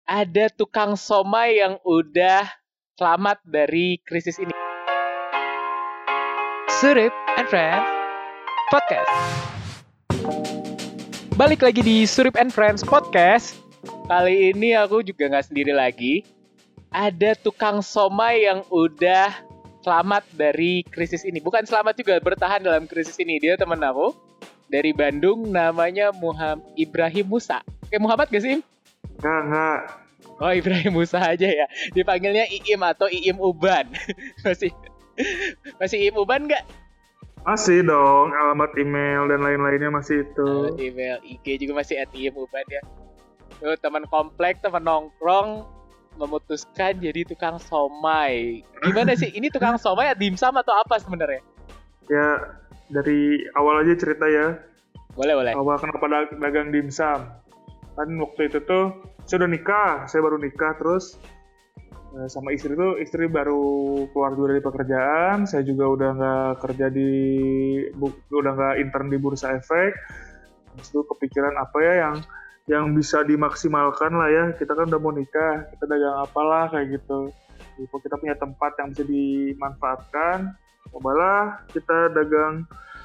ada tukang somai yang udah selamat dari krisis ini. Surip and Friends Podcast. Balik lagi di Surip and Friends Podcast. Kali ini aku juga gak sendiri lagi. Ada tukang somai yang udah selamat dari krisis ini. Bukan selamat juga, bertahan dalam krisis ini. Dia teman aku dari Bandung, namanya Ibrahim Musa. Kayak Muhammad gak sih? Enggak. Oh, Ibrahim Musa aja ya. Dipanggilnya Iim atau Iim Uban. Masih Iim Uban nggak? Masih dong, alamat email dan lain-lainnya masih itu. Email IG juga masih @Iim Uban ya. Tuh, teman komplek, teman nongkrong memutuskan jadi tukang somai. Gimana sih? Ini tukang somai dimsum atau apa sebenarnya? Ya, dari awal aja cerita ya. Boleh. Awal kenapa dagang dimsum. Kan waktu itu tuh saya baru nikah terus sama istri baru keluar juga dari pekerjaan, saya juga udah nggak intern di Bursa Efek. Terus itu kepikiran apa ya yang bisa dimaksimalkan lah ya, kita kan udah mau nikah, kita dagang apalah kayak gitu. Jadi, kalau kita punya tempat yang bisa dimanfaatkan, cobalah kita dagang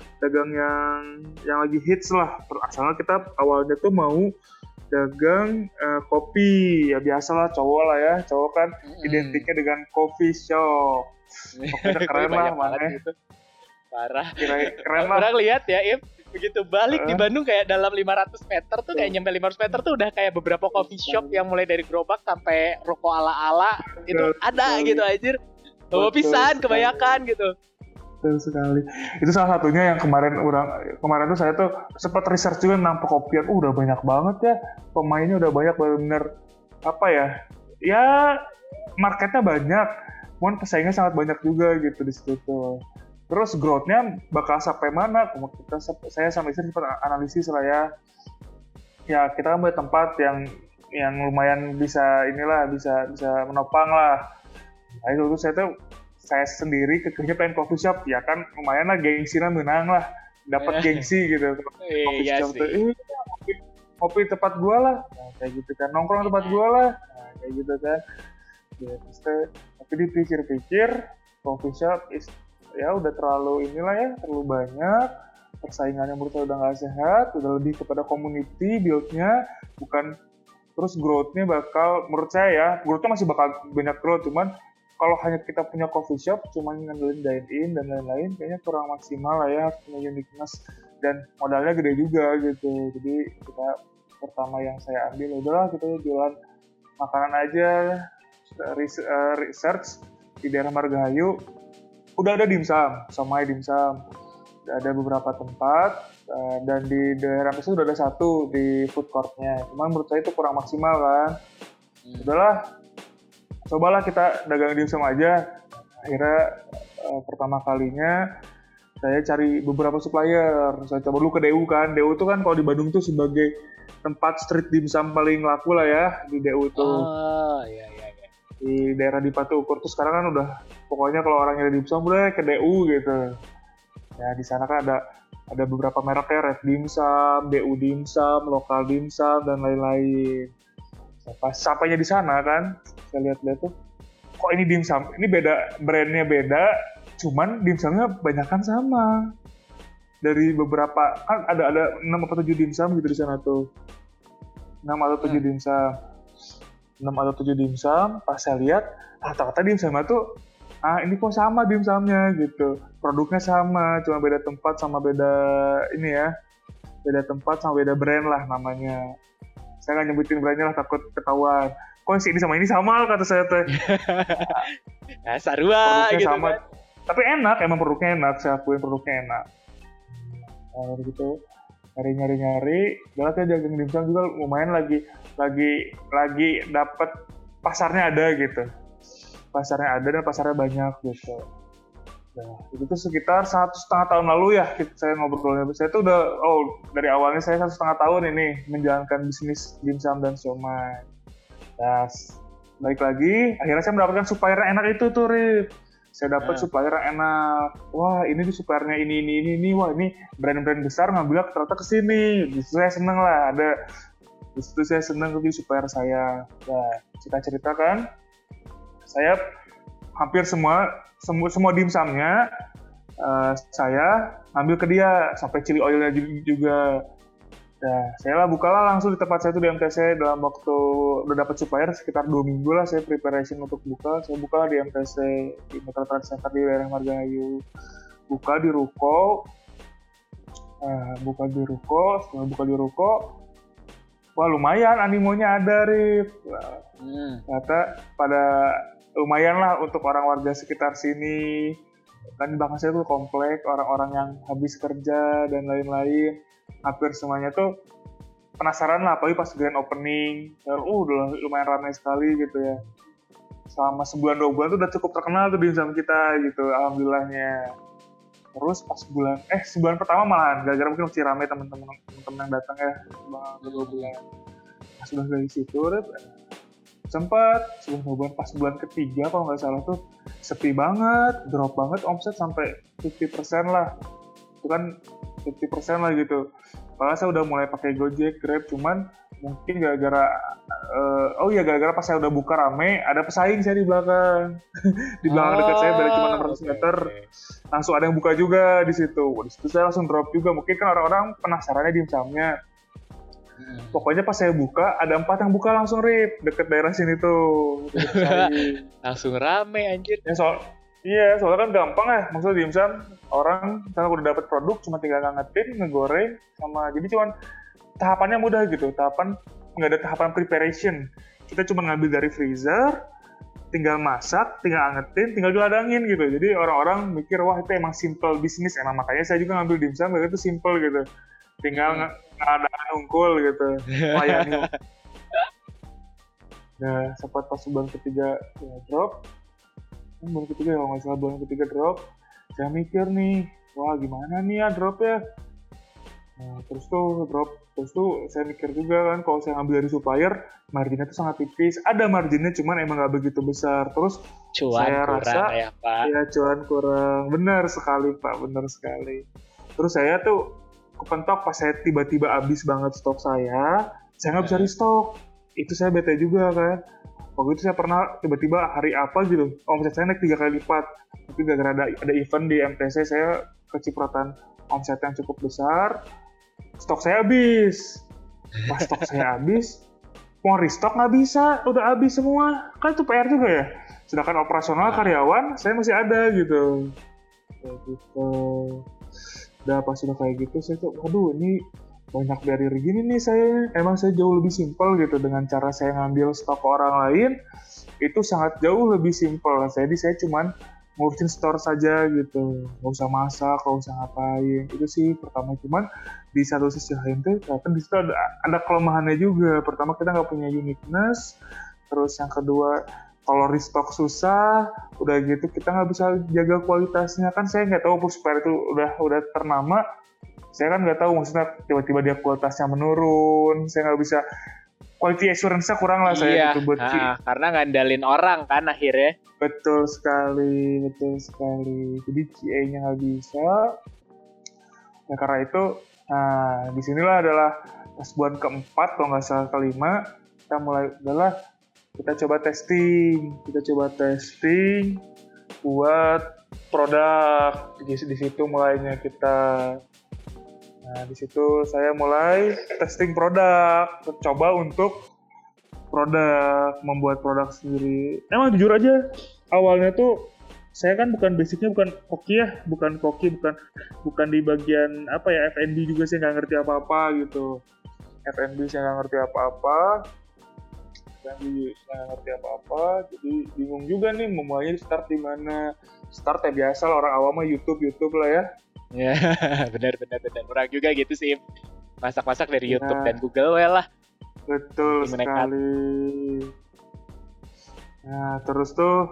yang lagi hits lah. Asalnya kita awalnya tuh mau dagang kopi, ya biasalah cowok kan identiknya dengan coffee shop. Pokoknya keren lah mana. Parah. Keren lah. Orang lihat ya, Im, begitu balik di Bandung kayak dalam 500 meter tuh kayak nyampe 500 meter tuh udah kayak beberapa coffee shop yang mulai dari gerobak sampai rokok ala-ala itu ada gitu anjir. Bawa pisan kebanyakan gitu. Betul sekali. Itu salah satunya yang kemarin tuh saya tuh sempat research juga tentang pekopian. Udah banyak banget ya pemainnya, udah banyak benar apa ya? Ya marketnya banyak, cuman pesaingnya sangat banyak juga gitu di situ tuh. Terus growth-nya bakal sampai mana? Saya sama istri sempat analisis lah ya. Ya kita kan punya tempat yang lumayan bisa menopang lah. Nah itu saya sendiri kekehnya pengen coffee shop, ya kan lumayan lah gengsinya menang lah, dapat gengsi gitu. Coffee shop tuh, kopi tempat gua lah, nah, kayak gitu kan, nongkrong tempat gua lah, nah, kayak gitu kan. Ya, tapi dipikir-pikir coffee shop ya udah terlalu terlalu banyak, persaingannya menurut saya udah nggak sehat, udah lebih kepada community build-nya, bukan terus growth-nya menurut saya ya, growth-nya masih bakal banyak growth, cuman kalau hanya kita punya coffee shop, cuma ngandelin dine-in dan lain-lain, kayaknya kurang maksimal lah ya, punya uniqueness dan modalnya gede juga gitu. Jadi kita pertama yang saya ambil, udahlah kita jualan makanan aja, research di daerah Margahayu, udah ada dimsum, somai dimsum, ada beberapa tempat, dan di daerah itu udah ada satu di food court-nya, cuman menurut saya itu kurang maksimal kan. Udahlah, cobalah kita dagang dimsum aja. Akhirnya pertama kalinya saya cari beberapa supplier. Saya coba dulu ke DU kan. DU itu kan kalau di Bandung tuh sebagai tempat street dimsum paling laku lah ya di DU tuh. Oh, iya. Di daerah di Patu Ukur tuh sekarang kan udah pokoknya kalau orang nyari dimsum udah ke DU gitu. Ya di sana kan ada beberapa merek ya, Red Dimsum, DU Dimsum, Lokal Dimsum dan lain-lain. Pas sampainya di sana kan, saya lihat-lihat tuh, kok ini dimsum, ini beda, brandnya beda, cuman dimsumnya banyakan sama. Dari beberapa, kan ada 6 atau 7 dimsum gitu di sana tuh. 6 atau 7 dimsum. 6 atau 7 dimsum, pas saya lihat, ternyata dimsumnya tuh, ini kok sama dimsumnya gitu. Produknya sama, cuma beda tempat sama beda tempat sama beda brand lah namanya. Saya nggak nyebutin brandnya lah, takut ketahuan. Kok sih ini sama kata saya teh. Sarua gitu sama. kan. Tapi enak, emang produknya enak, saya akuin produknya enak. Nah, gitu. Nyari, udah kayak dagang dimsum juga lumayan lagi dapat pasarnya ada gitu. Pasarnya ada dan pasarnya banyak gitu. Nah, itu tuh sekitar 1,5 tahun lalu ya saya ngobrolnya. Saya tuh dari awalnya saya 1,5 tahun ini menjalankan bisnis dimsum dan siomay. Nah, balik lagi, akhirnya saya mendapatkan supplier enak itu tuh, Rip. Saya dapat supplier yang enak. Wah, ini tuh suppliernya ini. Wah, ini brand-brand besar ngambilnya ternyata kesini. Justru saya seneng lah, Di situ saya senang jadi supplier saya. Nah, kita ceritakan, saya hampir semua dimsumnya saya ambil ke dia sampai chili oilnya juga. Nah, saya lah bukalah langsung di tempat saya itu di MTC dalam waktu udah dapat supplier sekitar 2 minggu lah saya preparation untuk buka. Saya buka di MTC di Metro Trade Center di daerah Margahayu. Buka di ruko. Setelah buka di ruko, wah lumayan animonya ada, Rif. Ternyata pada lumayan lah untuk orang warga sekitar sini. Kan di belakang saya tuh komplek, orang-orang yang habis kerja dan lain-lain. Hampir semuanya tuh penasaran lah, apalagi pas grand opening. Udah lumayan ramai sekali gitu ya. Selama sebulan 2 bulan tuh udah cukup terkenal tuh dimsum kita gitu, alhamdulillahnya. Terus pas sebulan pertama malahan, gara-gara mungkin masih ramai teman-teman yang datang ya, selama 2 bulan. Pas udah dari situ, sempat sebulan 2 bulan, pas bulan ketiga kalau nggak salah tuh sepi banget, drop banget omset sampai 50% lah. Itu kan 50% lah gitu. Padahal saya udah mulai pakai Gojek, Grab, cuman mungkin gara-gara pas saya udah buka rame, ada pesaing saya di belakang. Di belakang dekat saya beda cuma 600 meter. Langsung ada yang buka juga di situ. Di situ saya langsung drop juga. Mungkin kan orang-orang penasarannya dimsumnya. Pokoknya pas saya buka, ada 4 yang buka langsung, Rip, deket daerah sini tuh. Langsung rame anjir. Ya, soalnya kan gampang ya, maksudnya dimsum orang misalnya udah dapet produk cuma tinggal ngangetin, ngegoreng, jadi cuman tahapannya mudah gitu, nggak ada tahapan preparation. Kita cuma ngambil dari freezer, tinggal masak, tinggal angetin, tinggal diladangin gitu. Jadi orang-orang mikir, wah itu emang simple bisnis, emang makanya saya juga ngambil dimsum, karena itu simple gitu. Tinggal ngadangin unggul gitu, layani. Nah, sempat pas bulan ketiga ya, drop. Bulan ketiga kalau nggak salah bulan ketiga drop, saya mikir nih, wah gimana nih ya drop ya. Nah, terus tuh saya mikir juga kan, kalau saya ngambil dari supplier, marginnya tuh sangat tipis. Ada marginnya, cuman emang nggak begitu besar. Terus cuan saya kurang rasa, ya Pak. Ya cuan kurang, benar sekali Pak, benar sekali. Terus saya tuh kepentok pas saya tiba-tiba habis banget stok saya nggak bisa restock. Itu saya bete juga kan. Waktu itu saya pernah tiba-tiba hari apa gitu, omset saya naik 3 kali lipat. Tapi gara-gara ada event di MTC, saya kecipratan omset yang cukup besar. Stok saya habis. Pas stok saya habis, mau restock nggak bisa, udah habis semua. Kan itu PR juga ya. Sedangkan operasional karyawan, saya masih ada gitu. Kayak gitu. Udah pas sudah kayak gitu, saya tuh, waduh ini banyak barrier gini nih saya. Emang saya jauh lebih simpel gitu dengan cara saya ngambil stok orang lain. Itu sangat jauh lebih simpel. Jadi saya cuman ngurusin store saja gitu. Nggak usah masak, nggak usah ngapain. Itu sih pertama. Cuman di satu sisi lain tuh ternyata di situ ada kelemahannya juga. Pertama kita nggak punya uniqueness. Terus yang kedua kalau restock susah. Udah gitu kita nggak bisa jaga kualitasnya. Kan saya nggak tahu supplier itu udah ternama. Saya kan nggak tahu, maksudnya tiba-tiba dia kualitasnya menurun, saya nggak bisa, quality assurance-nya kurang lah saya gitu buat karena ngandalin orang kan akhirnya. Betul sekali. Jadi QA-nya nggak bisa. Nah karena itu, disinilah adalah pas bulan keempat, kalau nggak salah kelima, kita mulai kita coba testing buat produk. Di situ mulainya kita. Nah, di situ saya mulai testing produk, coba untuk membuat produk sendiri. Emang jujur aja, awalnya tuh saya kan basicnya bukan koki, bukan di bagian F&B juga saya nggak ngerti apa-apa gitu. F&B saya nggak ngerti apa-apa, jadi bingung juga nih memulainya start di mana. Start ya biasa lah, orang awam mah YouTube lah ya. Ya, benar. Orang juga gitu sih. Masak-masak dari YouTube dan Google lah. Betul sekali. Nah, terus tuh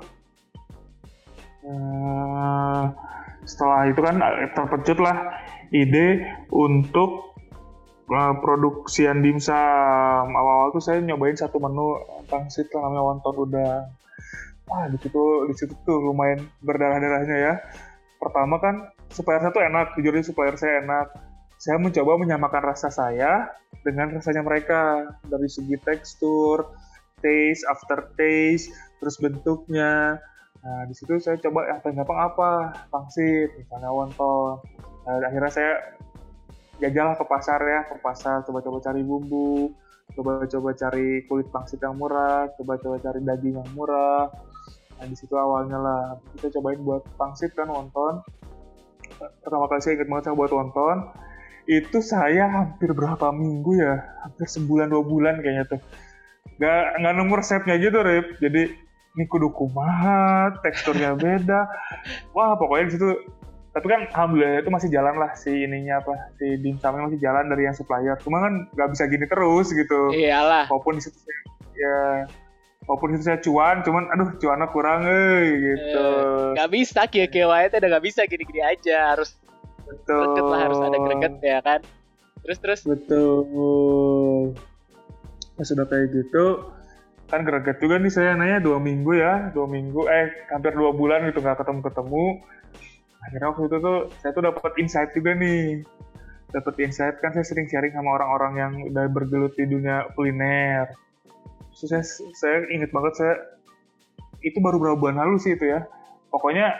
setelah itu kan terpecut lah ide untuk produksian dimsum. Awal-awal tuh saya nyobain satu menu pangsit lah, namanya wonton udang. Wah, di situ tuh lumayan berdarah-darahnya ya. Pertama kan supplier saya tuh enak, jujur supplier saya enak. saya mencoba menyamakan rasa saya dengan rasanya mereka dari segi tekstur, taste, aftertaste, terus bentuknya. Nah, di situ saya coba yang paling gampang apa? Pangsit, misalnya wonton. Nah, akhirnya saya jajal ke pasar, coba-coba cari bumbu, coba-coba cari kulit pangsit yang murah, coba-coba cari daging yang murah. Nah, di situ awalnya lah. Kita cobain buat pangsit kan, wonton. Pertama kali saya ingat banget saya buat wonton. Itu saya hampir berapa minggu ya? Hampir sebulan 2 bulan kayaknya tuh. Nggak nemu resepnya gitu, Rip. Jadi ini kudu kumaha, teksturnya beda. Wah, pokoknya di situ. Tapi kan alhamdulillah itu masih jalan lah si dimsumnya masih jalan dari yang supplier. Cuma kan nggak bisa gini terus gitu. Iyalah. Walaupun di situ saya cuan, cuman aduh cuannya kurang gitu. Nggak bisa kia-kia itu udah nggak bisa gini-gini aja, harus Betul. greget lah, harus ada greget ya kan. Terus. Betul. Pas sudah kayak gitu, kan greget juga nih saya nanya 2 minggu, hampir 2 bulan gitu nggak ketemu. Akhirnya waktu itu tuh saya tuh dapat insight juga nih. Dapat insight kan saya sering sharing sama orang-orang yang udah bergelut di dunia kuliner. Terus saya inget banget itu baru berapa bulan lalu sih itu ya. Pokoknya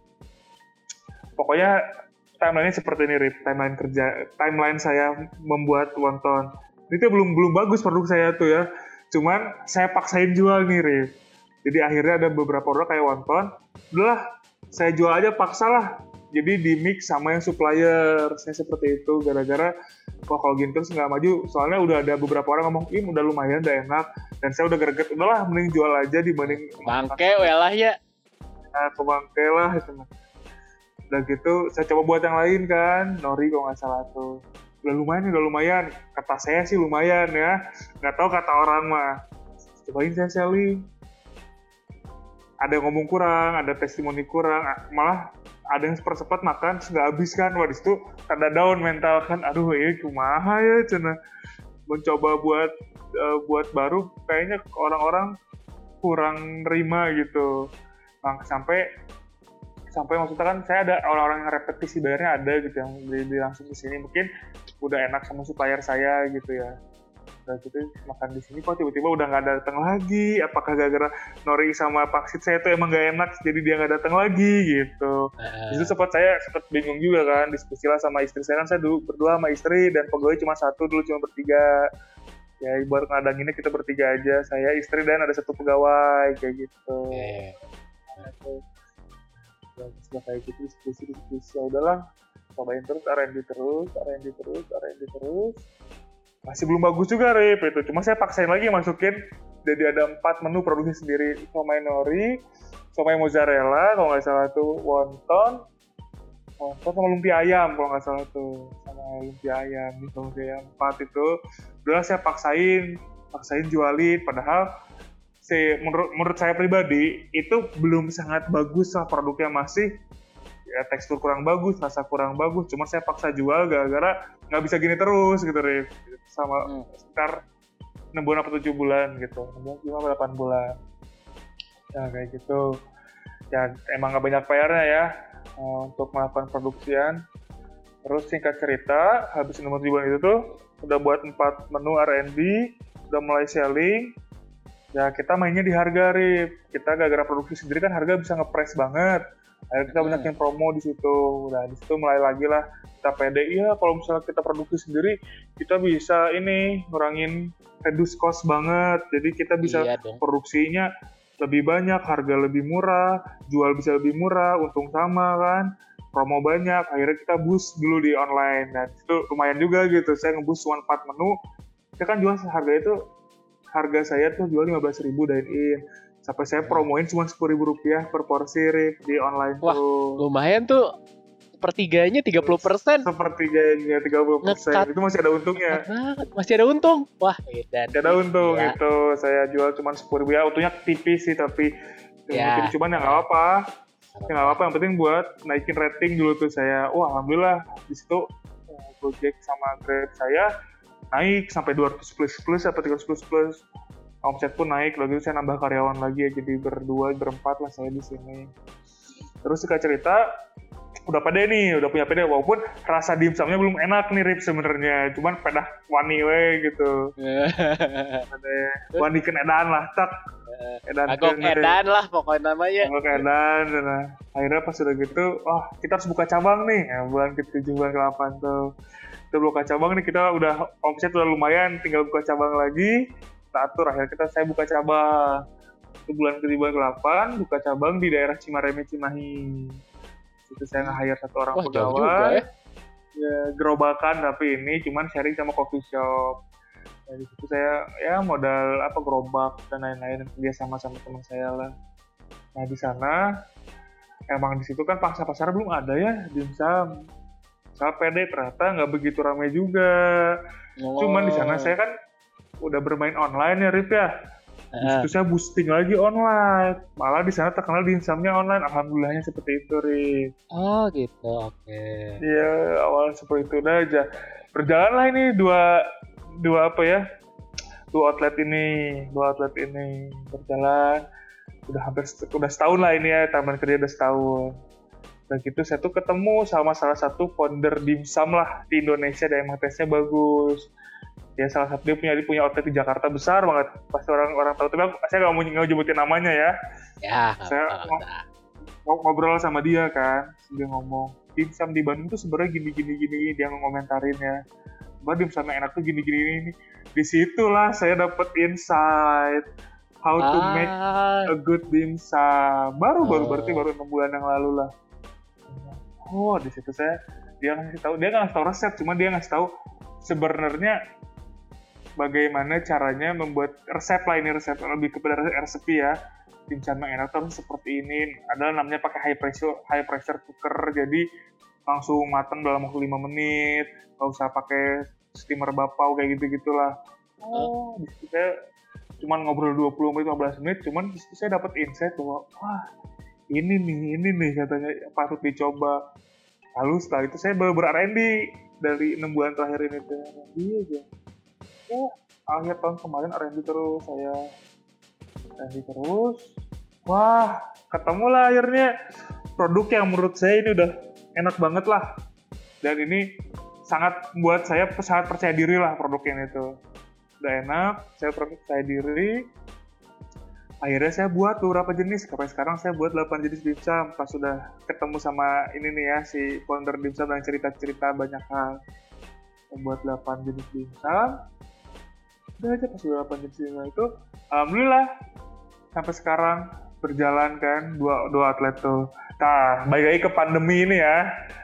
timeline-nya seperti ini, Rip. Timeline saya membuat wonton. Itu belum bagus produk saya tuh ya. Cuman saya paksain jual nih, Rip. Jadi akhirnya ada beberapa orang kayak wonton. Udahlah, saya jual aja, paksa lah. Jadi di mix sama yang supplier. Saya seperti itu gara-gara wah kalau gini terus nggak maju. Soalnya udah ada beberapa orang ngomong, udah lumayan, udah enak. Dan saya udah greget, udahlah mending jual aja dibanding bangke welah ya. Nah, kebangke lah itu. Udah gitu saya coba buat yang lain kan, nori kalau nggak salah tuh. Udah lumayan. Kata saya sih lumayan ya. Nggak tahu kata orang mah. Cobain saya selling. Ada yang ngomong kurang, ada testimoni kurang, malah ada yang cepat makan terus nggak habis kan. Wah, di situ tanda down mental kan. Aduh, ini kumaha ya cina. Mencoba buat baru kayaknya orang-orang kurang nerima gitu. Sampai maksudnya kan saya ada orang-orang yang repetisi bayarnya ada gitu yang beli langsung di sini, mungkin udah enak sama supplier saya gitu ya. Udah gitu makan di sini kok tiba-tiba udah nggak datang lagi. Apakah gara-gara nori sama pangsit saya tuh emang nggak enak jadi dia nggak datang lagi gitu. Itu sempat bingung juga kan, diskusi lah sama istri saya. Kan saya dulu berdua sama istri dan pegawai cuma satu, dulu cuma bertiga. Ya ibarat ngadanginnya kita bertiga aja, saya, istri, dan ada 1 pegawai kayak gitu. Setelah kayak gitu diskusi ya udahlah, cobain terus R&D terus masih belum bagus juga, Rip, itu. Cuma saya paksain lagi masukin, jadi ada 4 menu produksi sendiri, somai nori, somai mozzarella kalau nggak salah tuh, wonton sama lumpia ayam kalau nggak salah tuh, sama lumpia ayam 4 itu. Udah saya paksain jualin, padahal menurut saya pribadi itu belum sangat bagus lah produknya, masih ya, tekstur kurang bagus, rasa kurang bagus. Cuma saya paksa jual gara-gara nggak bisa gini terus gitu, Rif. Sama sekitar 6 bulan atau 7 bulan gitu, 5-8 bulan. Nah kayak gitu. Ya emang nggak banyak PR-nya ya untuk melakukan produksian. Terus singkat cerita, habis 6 bulan itu tuh udah buat 4 menu R&D, udah mulai selling. Ya kita mainnya di harga, Rip. Kita gara-gara produksi sendiri kan harga bisa nge-price banget. Akhirnya kita banyakin promo di situ. Nah di situ mulai lagi lah kita pede. Iya kalau misalnya kita produksi sendiri, kita bisa ngurangin reduce cost banget. Jadi kita bisa produksinya lebih banyak, harga lebih murah, jual bisa lebih murah, untung sama kan. Promo banyak. Akhirnya kita boost dulu di online. Nah itu lumayan juga gitu. Saya nge-boost 4 menu. Kita kan jual harga saya tuh jual 15.000 dine-in. Sampai saya promoin cuma Rp10.000 per porsi, Rip, di online. Wah, tuh. Lumayan tuh. Sepertiganya 30%. Sepertiganya 30%. Itu masih ada untungnya. Masih ada untung. Wah, edan. Masih ada untung itu. Saya jual cuma Rp10.000. Ya, untungnya tipis sih, tapi mungkin cuman ya nggak apa-apa. Ya nggak apa-apa, yang penting buat naikin rating dulu tuh saya. Wah, alhamdulillah di situ Gojek sama Grab saya naik sampai 200 plus atau 300 plus. Omset pun naik, lalu saya nambah karyawan lagi ya, jadi berempat lah saya di sini. Terus singkat cerita, udah pede nih, udah punya pede, walaupun rasa dimsumnya belum enak nih Rip sebenarnya, cuman pedah wani we gitu. Ada wani ken edan lah, tak. Agok edan lah pokoknya namanya. Agok edan, nah. Akhirnya pas udah gitu, kita harus buka cabang nih, ya, bulan ke-7, bulan ke-8 tuh. Kita buka cabang nih, kita udah omset udah lumayan, tinggal buka cabang lagi, kita atur, akhirnya saya buka cabang. Itu bulan ke-7, bulan ke-8, buka cabang di daerah Cimareme, Cimahi. Itu saya nge-hire satu orang pegawai. Juga, ya, gerobakan tapi ini cuman sharing sama coffee shop. Nah, di situ saya ya modal gerobak dan lain-lain kerja sama teman saya lah. Nah di sana emang di situ kan pasar belum ada ya dimsum. Saya pede ternyata nggak begitu ramai juga. Cuman di sana saya kan udah bermain online ya Rip ya. Di situ saya boosting lagi online. Malah di sana terkenal dimsumnya online. Alhamdulillahnya seperti itu, Rik. Oh gitu, oke. Iya, awalnya seperti itu udah aja. Berjalanlah ini dua outlet ini berjalan. Udah setahun lah ini ya, taman kerja udah setahun. Dan gitu saya tuh ketemu sama salah satu founder dimsum lah di Indonesia dan emang tesnya bagus. Ya salah satu dia punya outlet di Jakarta besar banget. Pasti orang tahu, tapi saya nggak mau nyebutin namanya ya. Ya. Saya ngobrol sama dia kan, dia ngomong dimsum di Bandung tuh sebenarnya gini dia ngomentarin ya. Mbak dimsum yang enak tuh gini. Di situlah saya dapet insight how to make a good dimsum. Berarti baru 6 bulan yang lalu lah. Oh di situ dia nggak ngasih tahu resep, cuma dia ngasih tahu sebenarnya bagaimana caranya membuat resep lebih kepada resep ya. Dimsum yang enak tuh seperti ini. Ada namanya pakai high pressure cooker, jadi langsung matang dalam waktu 5 menit. Nggak usah pakai steamer bapau kayak gitu-gitulah. Oh, di situ saya cuma ngobrol 20 menit 15 menit, cuman di situ saya dapat insight bahwa ini nih katanya patut dicoba. Lalu setelah itu saya baru ber-R&D dari 6 bulan terakhir ini tuh. Iya aja. Akhir tahun kemarin R&D terus. Wah, ketemulah akhirnya produk yang menurut saya ini udah enak banget lah. Dan ini sangat buat saya sangat percaya diri lah produk ini tuh. Udah enak, saya percaya diri. Akhirnya saya buat beberapa jenis. Sampai sekarang saya buat 8 jenis dimsum. Pas sudah ketemu sama ini nih ya, si founder dimsum yang cerita-cerita banyak hal. Saya buat 8 jenis dimsum. Udah aja pas udah 8 jenis dimsum itu, alhamdulillah sampai sekarang berjalan kan dua outlet tuh. Nah, balik lagi ke pandemi ini ya.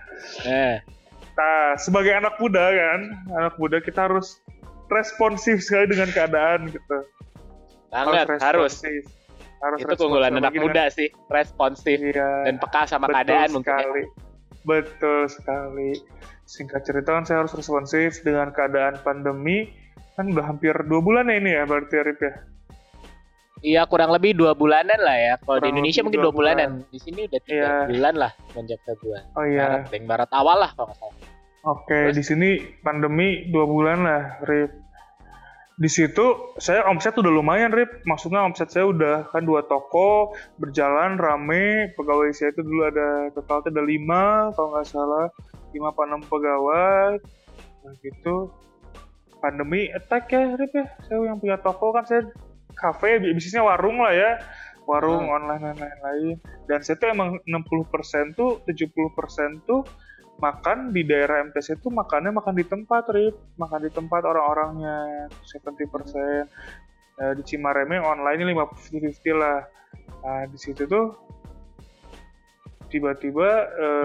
Nah, sebagai anak muda kita harus responsif sekali dengan keadaan gitu. Harus. Itu keunggulan anak muda sih, responsif dan peka sama keadaan mungkin. Betul sekali. Singkat cerita kan saya harus responsif dengan keadaan pandemi. Kan udah hampir 2 bulan ya ini ya berarti Rip ya. Iya, kurang lebih 2 bulanan lah ya. Kalau di Indonesia mungkin 2 bulanan. Di sini udah 3 bulan lah sejak Februari. Oh iya. Maret awal lah kalau nggak salah. Oke, di sini pandemi 2 bulan lah, Rip. Di situ saya omset udah lumayan, Rip. Maksudnya omset saya udah kan 2 toko berjalan rame. Pegawai saya itu dulu ada totalnya ada 5 kalau nggak salah, 5 apa 6 pegawai. Nah gitu. Pandemi attack ya, Rip ya. Saya yang punya toko kan saya kafe, bisnisnya warung lah ya, warung online dan lain-lain. Dan saya tuh emang 60% tuh, 70% tuh makan di daerah MTC tuh makan di tempat, Rip. Makan di tempat orang-orangnya, 70%. Di Cimareme online 50-50 lah. Nah di situ tuh tiba-tiba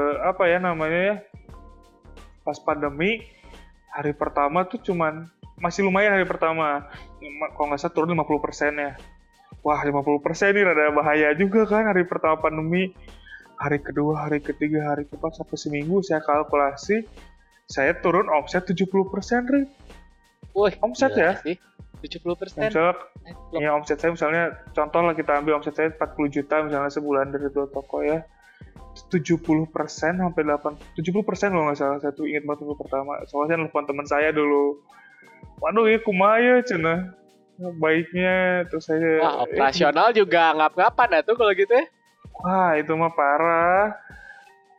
pas pandemi hari pertama tuh cuman masih lumayan hari pertama. Kalau nggak salah turun 50% ya. Wah 50% ini rada bahaya juga kan hari pertama pandemi. Hari kedua, hari ketiga, hari keempat sampai seminggu saya kalkulasi saya turun omset 70%, Rip. Wih, omset ya? Sih. 70%. Ya omset saya misalnya, contoh lah kita ambil omset saya 40 juta misalnya sebulan dari 2 toko ya. 70% sampai 70% loh nggak salah, saya tuh ingat banget minggu pertama. Soalnya saya nelfon teman saya dulu. Waduh ini kumaya cina. Baiknya terus saya. Wah operasional juga ngap-ngapan ya tuh kalau gitu ya. Wah itu mah parah.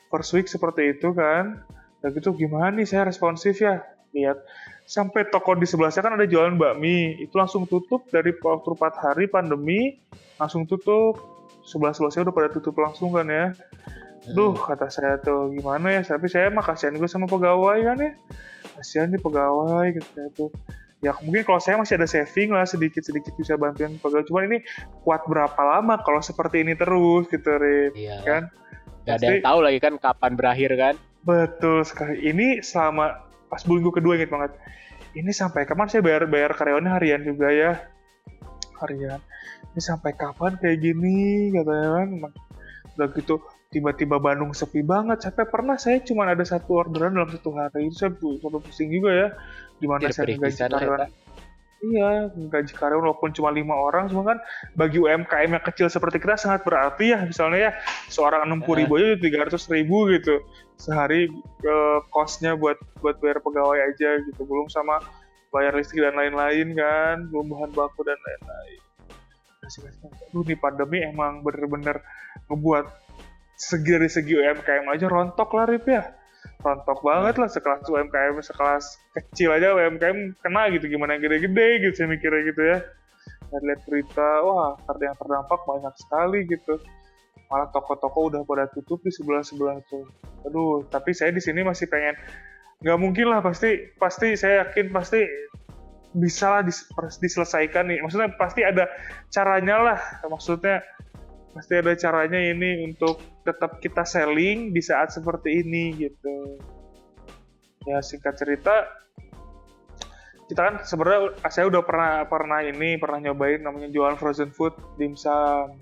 first week seperti itu kan. Dan gitu gimana nih saya responsif ya. Lihat, sampai toko di sebelah saya kan ada jualan bakmi. Itu langsung tutup dari waktu 4 hari pandemi. Langsung tutup. Sebelah-sebelah saya udah pada tutup langsung kan ya. Duh, kata saya tuh gimana ya. Tapi saya mah kasihan juga sama pegawai kan ya. Kasihan nih pegawai gitu saya tuh. Ya mungkin kalau saya masih ada saving lah sedikit-sedikit bisa bantuin pegawai. Cuma ini kuat berapa lama kalau seperti ini terus gitu Rip. Iya. Kan? Gak ada yang tahu lagi kan kapan berakhir kan. Betul sekali. Ini selama pas minggu kedua inget banget. Ini sampai kapan saya bayar karyawannya harian juga ya. Harian. Ini sampai kapan kayak gini katanya kan. Udah gitu tiba-tiba Bandung sepi banget. Sampai pernah saya cuma ada satu orderan dalam satu hari. Itu saya pusing juga ya. Gimana saya gaji karyawan. Iya, gaji karyawan walaupun cuma 5 orang, cuma kan bagi UMKM yang kecil seperti kita sangat berarti ya. Misalnya ya, seorang 60.000 aja 300.000 gitu. Sehari cost-nya buat bayar pegawai aja gitu. Belum sama bayar listrik dan lain-lain kan. Belum bahan baku dan lain-lain. Aduh, nih pandemi emang bener-bener ngebuat dari segi UMKM aja rontok lah Rip ya. Rontok banget lah, sekelas UMKM, sekelas kecil aja UMKM kena gitu, gimana yang gede-gede gitu saya mikirnya gitu ya. Dan lihat berita, wah yang terdampak banyak sekali gitu. Malah toko-toko udah pada tutup di sebelah-sebelah tuh. Aduh, tapi saya di sini masih pengen, nggak mungkin lah pasti saya yakin pasti bisa lah diselesaikan nih. Maksudnya pasti ada caranya lah, maksudnya pasti ada caranya ini untuk tetap kita selling di saat seperti ini gitu. Ya singkat cerita, kita kan sebenarnya saya udah pernah nyobain namanya jualan frozen food dimsum.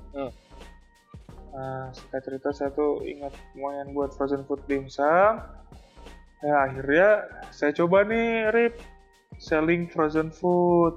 Nah singkat cerita saya tuh ingat lumayan buat frozen food dimsum. Ya akhirnya saya coba nih Rip selling frozen food.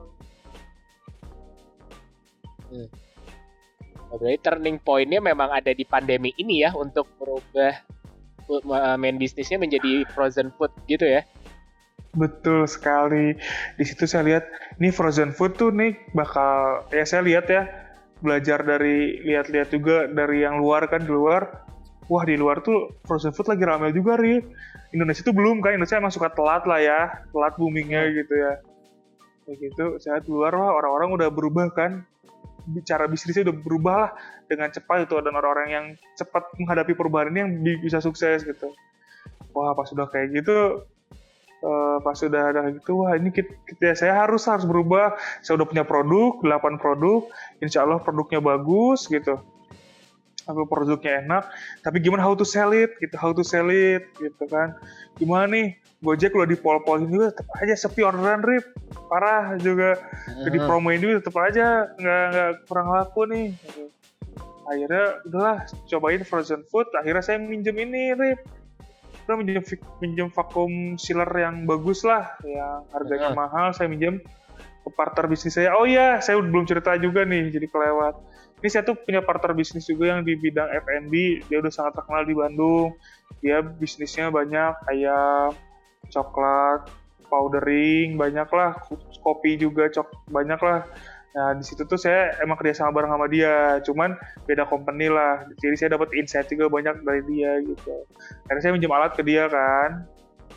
Berarti turning point-nya memang ada di pandemi ini ya untuk merubah main bisnisnya menjadi frozen food gitu ya? Betul sekali. Di situ saya lihat nih frozen food tuh nih bakal ya saya lihat ya belajar dari lihat-lihat juga dari yang luar kan di luar. Wah di luar tuh frozen food lagi ramai juga Ri. Indonesia tuh belum kan, Indonesia emang suka telat lah ya, telat boomingnya gitu ya. Kayak gitu saya di luar wah orang-orang udah berubah kan. Cara bisnisnya udah berubah lah dengan cepat itu, dan orang-orang yang cepat menghadapi perubahan ini yang bisa sukses gitu. Wah pas sudah kayak gitu, pas sudah ada gitu, wah ini saya harus berubah. Saya udah punya produk, 8 produk, insya Allah produknya bagus gitu. Aku produknya enak, tapi gimana how to sell it gitu kan. Gimana nih, Gojek udah dipol-polin juga, tetap aja sepi orderan Rip. Parah juga, jadi promoin juga tetap aja nggak kurang laku nih. Akhirnya udahlah cobain frozen food, akhirnya saya minjem ini Rip. Udah minjem vakum sealer yang bagus lah, yang harganya mahal, saya minjem ke partner bisnis saya. Oh iya, saya belum cerita juga nih, jadi kelewat. Ini saya tuh punya partner bisnis juga yang di bidang F&B, dia udah sangat terkenal di Bandung. Dia bisnisnya banyak, kayak coklat, powdering, banyak lah, kopi juga banyak lah. Nah di situ tuh saya emang kerjasama bareng sama dia, cuman beda company lah. Jadi saya dapat insight juga banyak dari dia gitu. Karena saya minjem alat ke dia kan,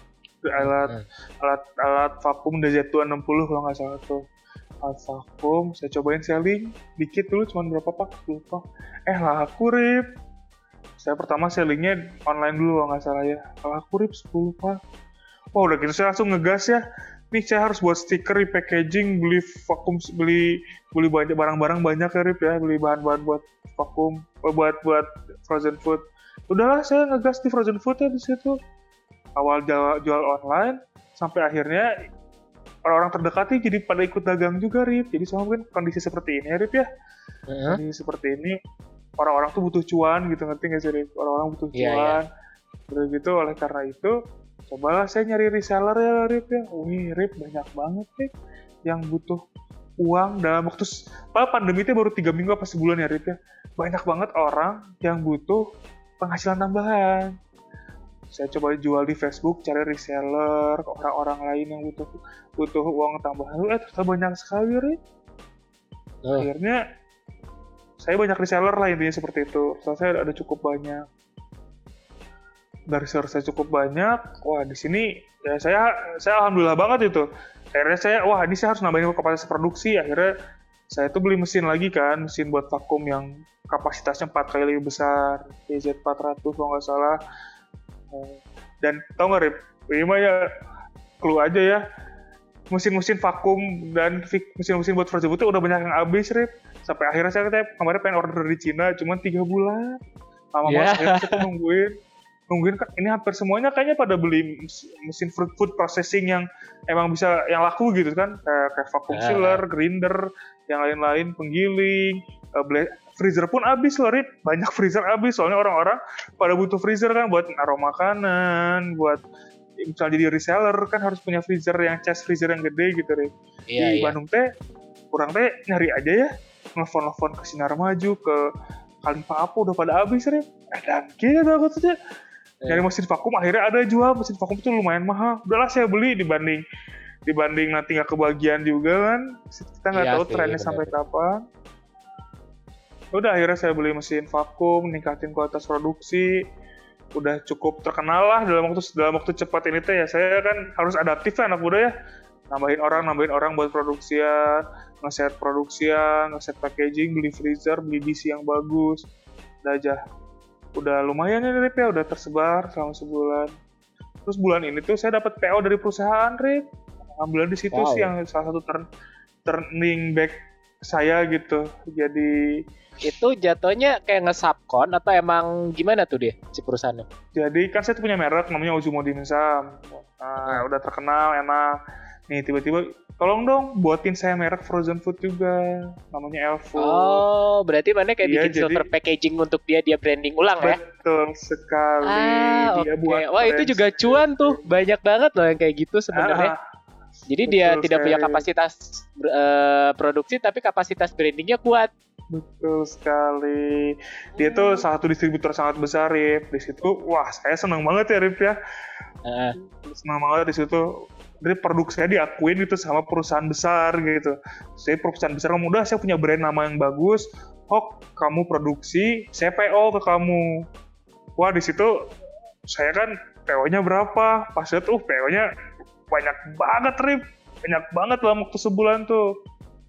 alat vakum DZ260 kalau nggak salah tuh. Alat vakum, saya cobain selling dikit dulu, cuman berapa pak? Lupa. Laku Rip. Saya pertama sellingnya online dulu kalau nggak salah ya. Laku Rip 10 pak. Wah udah gitu saya langsung ngegas ya. Nih saya harus buat stiker, packaging, beli vakum, beli banyak barang-barang banyak ya Rip ya, beli bahan-bahan buat vakum, buat frozen food. Udahlah saya ngegas di frozen food ya di situ. Awal jual online sampai akhirnya orang-orang terdekatnya jadi pada ikut dagang juga Rip. Jadi sama mungkin kondisi seperti ini ya Rip ya. Kondisi seperti ini orang-orang tuh butuh cuan gitu, ngerti nggak sih Rip? Orang-orang butuh cuan. Udah gitu oleh karena itu cobalah saya nyari reseller ya Rip ya. Wih Rip banyak banget Rip yang butuh uang dalam waktu pandemi itu baru 3 minggu apa sebulan ya Rip ya. Banyak banget orang yang butuh penghasilan tambahan. Saya coba jual di Facebook, cari reseller, orang-orang lain yang butuh uang tambahan. Ternyata banyak sekali Rip. Akhirnya saya banyak reseller lah intinya seperti itu. Soalnya saya ada cukup banyak. dari saya cukup banyak. Wah di sini ya saya alhamdulillah banget itu. Akhirnya ini saya harus nambahin kapasitas produksi. Akhirnya saya tuh beli mesin lagi kan, mesin buat vakum yang kapasitasnya 4 kali lebih besar, PZ400 kalau nggak salah. Dan tau nggak Rip, ini mah ya clue aja ya, mesin-mesin vakum dan mesin-mesin buat frozen food itu udah banyak yang habis Rip. Sampai akhirnya saya kemarin pengen order di Cina, cuman 3 bulan. Lama banget, akhirnya saya nungguin kan, ini hampir semuanya kayaknya pada beli mesin food processing yang emang bisa, yang laku gitu kan, kayak vacuum sealer, grinder, yang lain-lain, penggiling, freezer pun habis loh Rip, banyak freezer habis, soalnya orang-orang pada butuh freezer kan buat naruh makanan, buat misalnya jadi reseller kan harus punya freezer yang chest freezer yang gede gitu Rip. Di Bandung kurang nyari aja ya, nelfon ke Sinar Maju, ke Khalifah apa udah pada habis Rip. Dan gitu aku saja nyari mesin vakum, akhirnya ada jual mesin vakum itu lumayan mahal. Udahlah saya beli dibanding nanti nggak kebagian juga kan. Kita nggak tahu trennya sampai kapan. Udah akhirnya saya beli mesin vakum, ningkatin kualitas produksi. Udah cukup terkenal lah dalam waktu cepat ini ya. Saya kan harus adaptif lah anak muda ya. Nambahin orang buat produksian, ngeset produksian, ngeset packaging, beli freezer, beli DC yang bagus. Udah lumayan ya Rip ya, udah tersebar selama sebulan. Terus bulan ini tuh saya dapat PO dari perusahaan Rip. Alhamdulillah di situ sih yang salah satu turning back saya gitu. Jadi itu jatuhnya kayak nge-subcon atau emang gimana tuh dia si perusahaannya? Jadi kan saya tuh punya merek namanya Ozumo Dimsum. Udah terkenal, enak. Nih tiba-tiba tolong dong buatin saya merek frozen food juga, namanya Elfo. Oh, berarti mana kayak bikin silver packaging untuk dia branding ulang ya? Betul sekali. Dia buat. Wah itu juga cuan tuh, banyak banget loh yang kayak gitu sebenarnya. Jadi dia tidak punya kapasitas produksi tapi kapasitas brandingnya kuat. Betul sekali. Dia tuh salah satu distributor sangat besar Rip. Di situ, wah saya senang banget ya Rip ya. Senang banget di situ. Jadi produk saya diakuin gitu sama perusahaan besar gitu. Saya perusahaan besar, udah saya punya brand nama yang bagus. Kamu produksi, saya PO ke kamu. Wah di situ saya kan PO-nya berapa? Pas lihat PO-nya banyak banget Rip. Banyak banget dalam waktu sebulan tuh.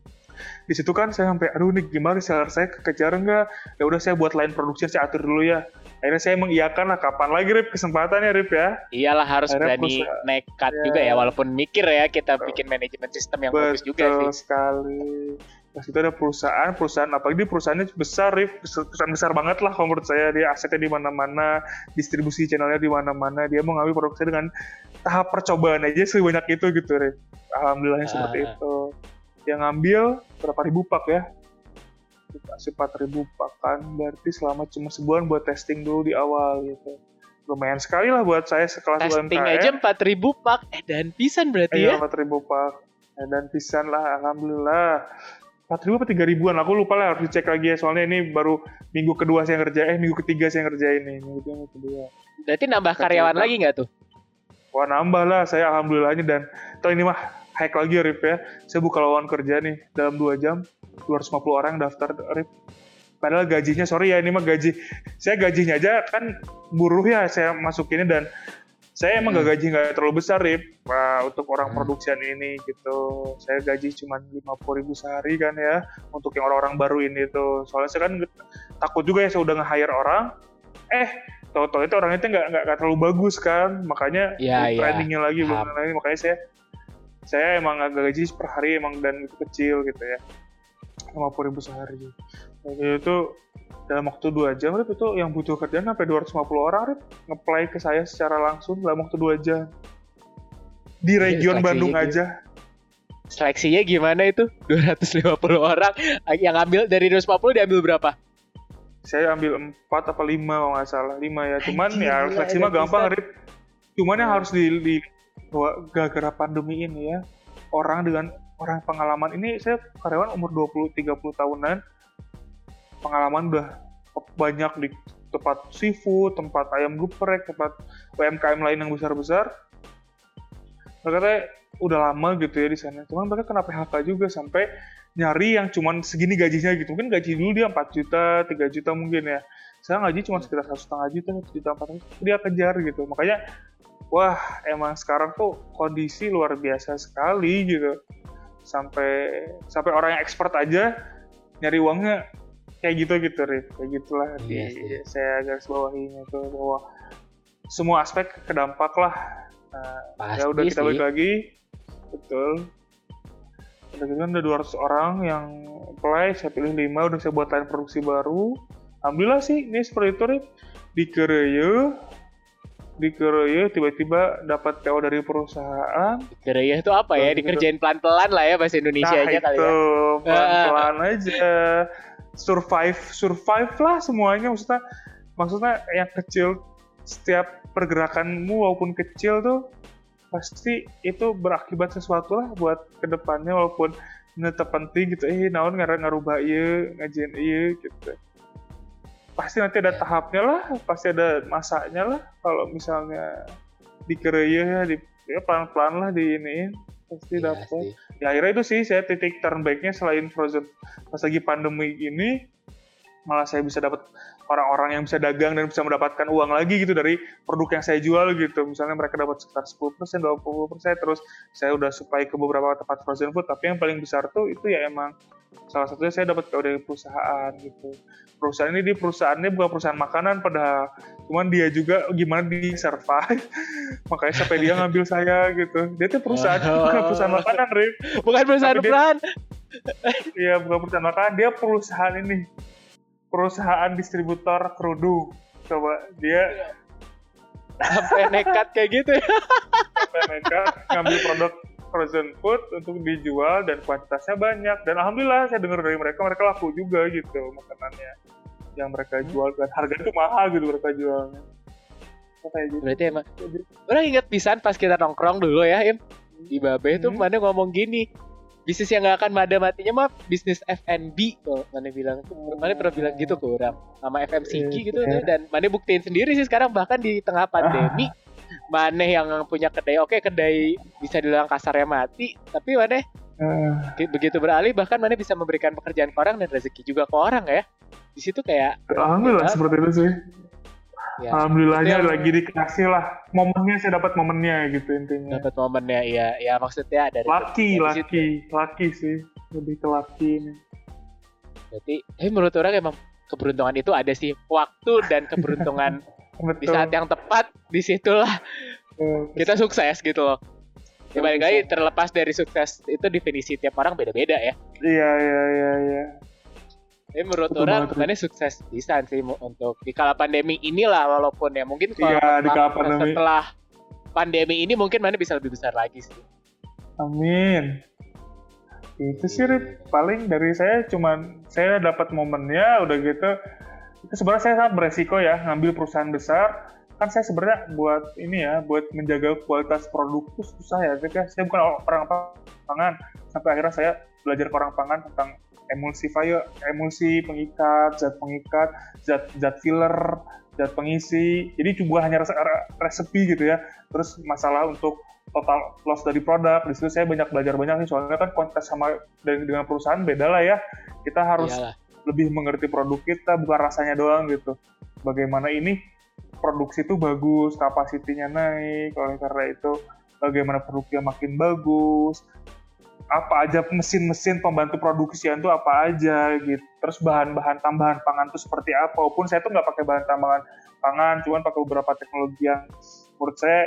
Di situ kan saya sampai aduh nih gimana seller saya kekejar enggak? Ya udah saya buat line produksi, saya atur dulu ya. Akhirnya saya mengiyakan lah, kapan lagi Rip kesempatannya Rip ya. Iyalah harus akhirnya berani nekat juga ya, walaupun mikir ya kita bikin manajemen sistem yang bagus juga sih. Betul sekali. Pas itu ada perusahaan apalagi perusahaannya besar Rip, perusahaan besar banget lah kalau menurut saya. Dia asetnya di mana-mana, distribusi channelnya di mana-mana, dia mau ngambil produk saya dengan tahap percobaan aja sebanyak itu gitu Rip. Alhamdulillahnya seperti itu. Yang ngambil berapa ribu pak ya? Dikasih 4.000 pak kan, berarti selama cuma sebulan buat testing dulu di awal gitu. Lumayan sekali lah buat saya sekelas UMKM. Testing aja 4.000 pak, dan pisan berarti ya? 4.000 pak, dan pisan lah, alhamdulillah. 4.000 apa 3.000-an, aku lupa lah, harus dicek lagi ya, soalnya ini baru minggu kedua saya ngerjain, minggu ketiga saya ngerjain nih, minggu kedua. Berarti nambah karyawan lagi nggak tuh? Wah nambah lah, saya alhamdulillahnya, dan toh ini mah hack lagi ya Rip ya, saya buka lowongan kerja nih, dalam 2 jam, 250 orang daftar Rip. Padahal gajinya, sorry ya, ini mah saya gajinya aja kan buruh ya, saya masukinnya, dan saya emang gaji nggak terlalu besar Rip, untuk orang produksian ini gitu. Saya gaji cuma 50.000 sehari kan ya, untuk yang orang-orang baru ini tuh. Soalnya saya kan takut juga ya, saya udah nge-hire orang, tahu-tahu itu orang itu nggak terlalu bagus kan, makanya trainingnya lagi belum lagi, makanya saya emang agak gaji per hari emang, dan itu kecil gitu ya, 50.000 sehari. Jadi itu dalam waktu 2 jam Rip, itu yang butuh kerjaan sampai 250 orang Rip, nge-play ke saya secara langsung dalam waktu 2 jam di region Bandung aja. Seleksinya gimana itu? 250 orang yang ambil dari 250 diambil berapa? Saya ambil 4 apa 5 kalau nggak salah, 5 ya. Cuman ya seleksi mah gampang Rip. Cuman yang harus di gara-gara pandemi ini ya, orang pengalaman ini, saya karyawan umur 20-30 tahunan, pengalaman udah banyak di tempat seafood, tempat ayam geprek, tempat UMKM lain yang besar-besar. Mereka udah lama gitu ya di sana. Cuman mereka kena PHK juga sampai nyari yang cuman segini gajinya gitu. Mungkin gaji dulu dia 4 juta, 3 juta mungkin ya. Sekarang gaji cuma sekitar 1,5 juta, 1 juta 400, dia kejar gitu. Makanya, wah emang sekarang tuh kondisi luar biasa sekali gitu. Sampai orang yang expert aja nyari uangnya kayak gitu Rif. Kayak gitulah saya garis bawahinya tuh, bahwa semua aspek kedampak lah. Nah, ya udah kita balik lagi. Betul. Udah 200 orang yang apply, saya pilih 5, udah saya buat line produksi baru. Alhamdulillah sih, ini seperti itu Rip. Di Keroyo tiba-tiba dapat PO dari perusahaan. Di Keroyo itu apa ya? Dikerjain pelan-pelan lah ya, bahasa Indonesia aja kali ya. Pelan-pelan aja. Survive lah semuanya. Maksudnya yang kecil, setiap pergerakanmu walaupun kecil tuh pasti itu berakibat sesuatu lah buat kedepannya, walaupun tetap penting gitu. Naon ngarubah ieu, ngajian ieu gitu. Pasti nanti ada tahapnya lah, pasti ada masanya lah. Kalau misalnya dikeroyoh ya pelan-pelan lah diiniin, pasti dapat. Ya akhirnya itu sih saya titik turn back-nya selain Frozen. Pas lagi pandemi ini malah saya bisa dapat orang-orang yang bisa dagang dan bisa mendapatkan uang lagi gitu dari produk yang saya jual gitu. Misalnya mereka dapat sekitar 10%, 20%, terus saya udah supply ke beberapa tempat frozen food. Tapi yang paling besar tuh itu ya emang salah satunya saya dapat dari perusahaan gitu. Perusahaannya bukan perusahaan makanan padahal, cuman dia juga gimana di survive. Makanya sampai dia ngambil saya gitu. Dia tuh perusahaan bukan perusahaan makanan, Rip. Bukan perusahaan makanan. Iya, bukan perusahaan makanan, dia perusahaan distributor kerudung. Coba dia sampai nekat kayak gitu ya. Sampai nekat ngambil produk frozen food untuk dijual dan kuantitasnya banyak. Dan alhamdulillah saya dengar dari mereka laku juga gitu makanannya yang mereka jual, dan harganya tuh mahal gitu mereka jualnya. Kayak gitu. Berarti emang orang ingat pisan pas kita nongkrong dulu ya, Im. Di Babe tuh mana ngomong gini, bisnis yang gak akan mati-matinya mah bisnis F&B tuh. Mana pernah bilang gitu ke orang sama FMCG gitu ya. Dan mana buktiin sendiri sih sekarang, bahkan di tengah pandemi mana yang punya kedai, kedai bisa dibilang kasarnya mati, tapi mana begitu beralih bahkan mana bisa memberikan pekerjaan ke orang dan rezeki juga ke orang ya. Di situ kayak alhamdulillah seperti itu sih. Ya, alhamdulillahnya lagi dikasih lah momennya, saya dapat momennya gitu intinya. Dapat momennya, ya maksudnya dari laki sih, lebih ke laki ini. Berarti menurut orang emang keberuntungan itu ada sih, waktu dan keberuntungan di saat yang tepat, disitulah kita sukses gitu loh. Balik lagi terlepas dari sukses itu definisi tiap orang beda-beda ya. Iya. Menurut orang mana sukses bisa sih untuk di kala pandemi inilah, walaupun ya mungkin setelah pandemi ini mungkin mana bisa lebih besar lagi sih. Amin. Itu sih paling dari saya, cuman saya dapat momennya udah gitu. Itu sebenarnya saya sangat beresiko ya ngambil perusahaan besar. Kan saya sebenarnya buat menjaga kualitas produk itu susah ya. Saya bukan orang pangan. Sampai akhirnya saya belajar ke orang pangan tentang emulsi pengikat, zat filler, zat pengisi. Jadi cuma hanya resepi gitu ya. Terus masalah untuk total loss dari produk, di situ saya belajar banyak nih, soalnya kan kontes sama dengan perusahaan beda lah ya. Kita harus lebih mengerti produk kita, bukan rasanya doang gitu. Bagaimana ini produksi itu bagus, kapasitinya naik, oleh karena itu bagaimana produknya makin bagus, apa aja mesin-mesin pembantu produksian tuh apa aja gitu. Terus bahan-bahan tambahan pangan tuh seperti apa. Walaupun saya tuh nggak pakai bahan tambahan pangan, cuman pakai beberapa teknologi yang menurut saya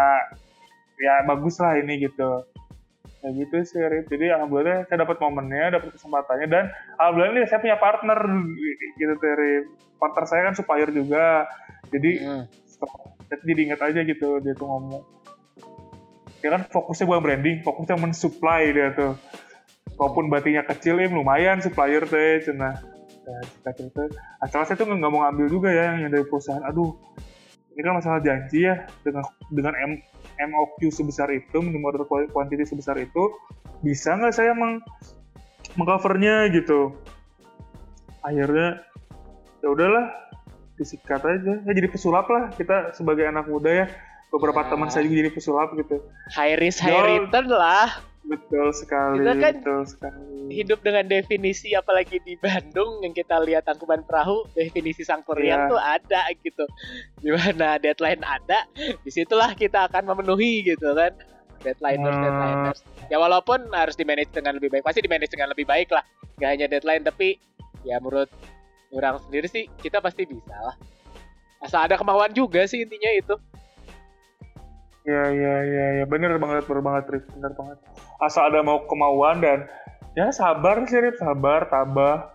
ya bagus lah ini gitu. Ya gitu sih, Rip. Jadi alhamdulillah saya dapat momennya, dapat kesempatannya, dan alhamdulillah saya punya partner gitu, Rip. Partner saya kan supplier juga. Jadi saya jadi ingat aja gitu dia tuh ngomong. Dia kan fokusnya bukan branding, fokusnya mensupply dia tuh. Walaupun batinya kecil, lumayan supplier teh, cenah. Asal saya tuh nggak mau ngambil juga ya yang dari perusahaan. Aduh, ini kan masalah janji ya, dengan MOQ sebesar itu, minimum order quantity sebesar itu, bisa nggak saya mengcovernya gitu. Akhirnya ya udahlah, disikat aja. Ya jadi pesulap lah kita sebagai anak muda ya. Beberapa teman saya juga jadi pesulap gitu. High risk, high return lah. Betul sekali. hidup dengan definisi, apalagi di Bandung yang kita lihat Tangkuban Perahu, definisi Sangkuriang tuh ada gitu. Dimana deadline ada, disitulah kita akan memenuhi gitu kan. Deadliners. Ya walaupun harus di-manage dengan lebih baik, pasti di-manage dengan lebih baik lah. Gak hanya deadline, tapi ya menurut orang sendiri sih kita pasti bisa lah. Asal ada kemauan juga sih intinya itu. Ya, bener banget, Rif, bener banget. Asal ada mau kemauan dan ya sabar sih, Rif, tabah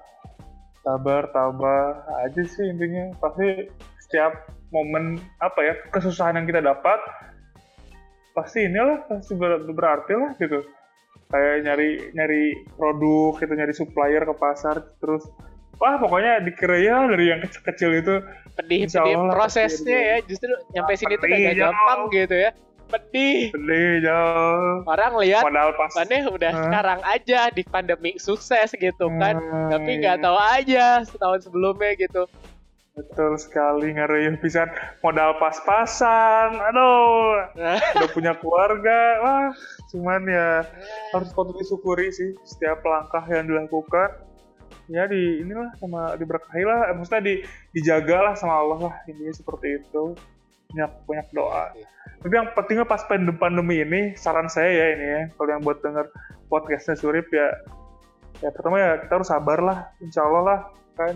aja sih intinya. Pasti setiap momen kesusahan yang kita dapat, pasti berarti lah gitu. Kayak nyari produk, gitu, nyari supplier ke pasar, terus pokoknya dikira ya dari yang kecil-kecil itu pedih prosesnya ya, justru nyampe sini tuh gak gampang gitu ya. Pedih jauh. Orang lihat Maneh udah sekarang aja di pandemi sukses gitu kan, tapi nggak tahu aja setahun sebelumnya gitu. Betul sekali, ngareuh pisan modal pas-pasan. Aduh, udah punya keluarga. Wah, cuman ya harus patut disyukuri sih setiap langkah yang dilakukan. Ya diberkahi lah, maksudnya dijaga lah sama Allah lah, intinya seperti itu. Banyak doa. Tapi yang pentingnya pas pandemi ini, saran saya ya ini ya, kalau yang buat denger podcastnya Surip ya pertama ya kita harus sabar lah, insya Allah lah kan.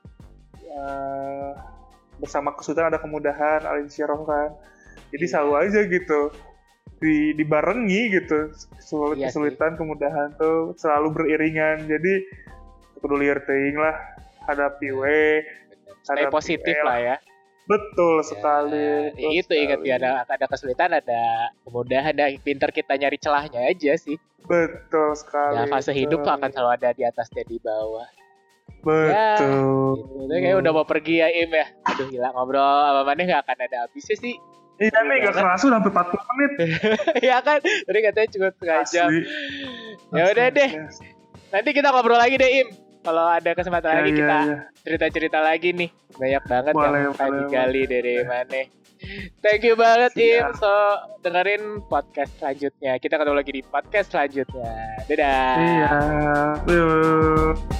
Bersama kesulitan ada kemudahan, al-insyirah kan. Jadi selalu aja gitu dibarengi gitu, kesulitan kemudahan tuh selalu beriringan. Jadi peduli teuing lah, hadapi stay positif lah ya. Betul sekali. Itu ingat ya, ada kesulitan, ada kemudahan, ada pintar kita nyari celahnya aja sih. Betul sekali. Ya fase hidup akan selalu ada di atas dan di bawah. Betul. Ya, kayak udah mau pergi ya Im ya. Aduh gila, ngobrol apa mana nggak akan ada habisnya sih. Iya nih, gak kerasa udah sampai 40 menit. Iya kan, tadi katanya cuma setengah jam. Ya udah deh, nanti kita ngobrol lagi deh Im. Kalau ada kesempatan lagi kita cerita-cerita lagi nih. Banyak banget yang akan digali dari Maneh. Thank you banget Im. So dengerin podcast selanjutnya. Kita ketemu lagi di podcast selanjutnya. Dadah. Iya.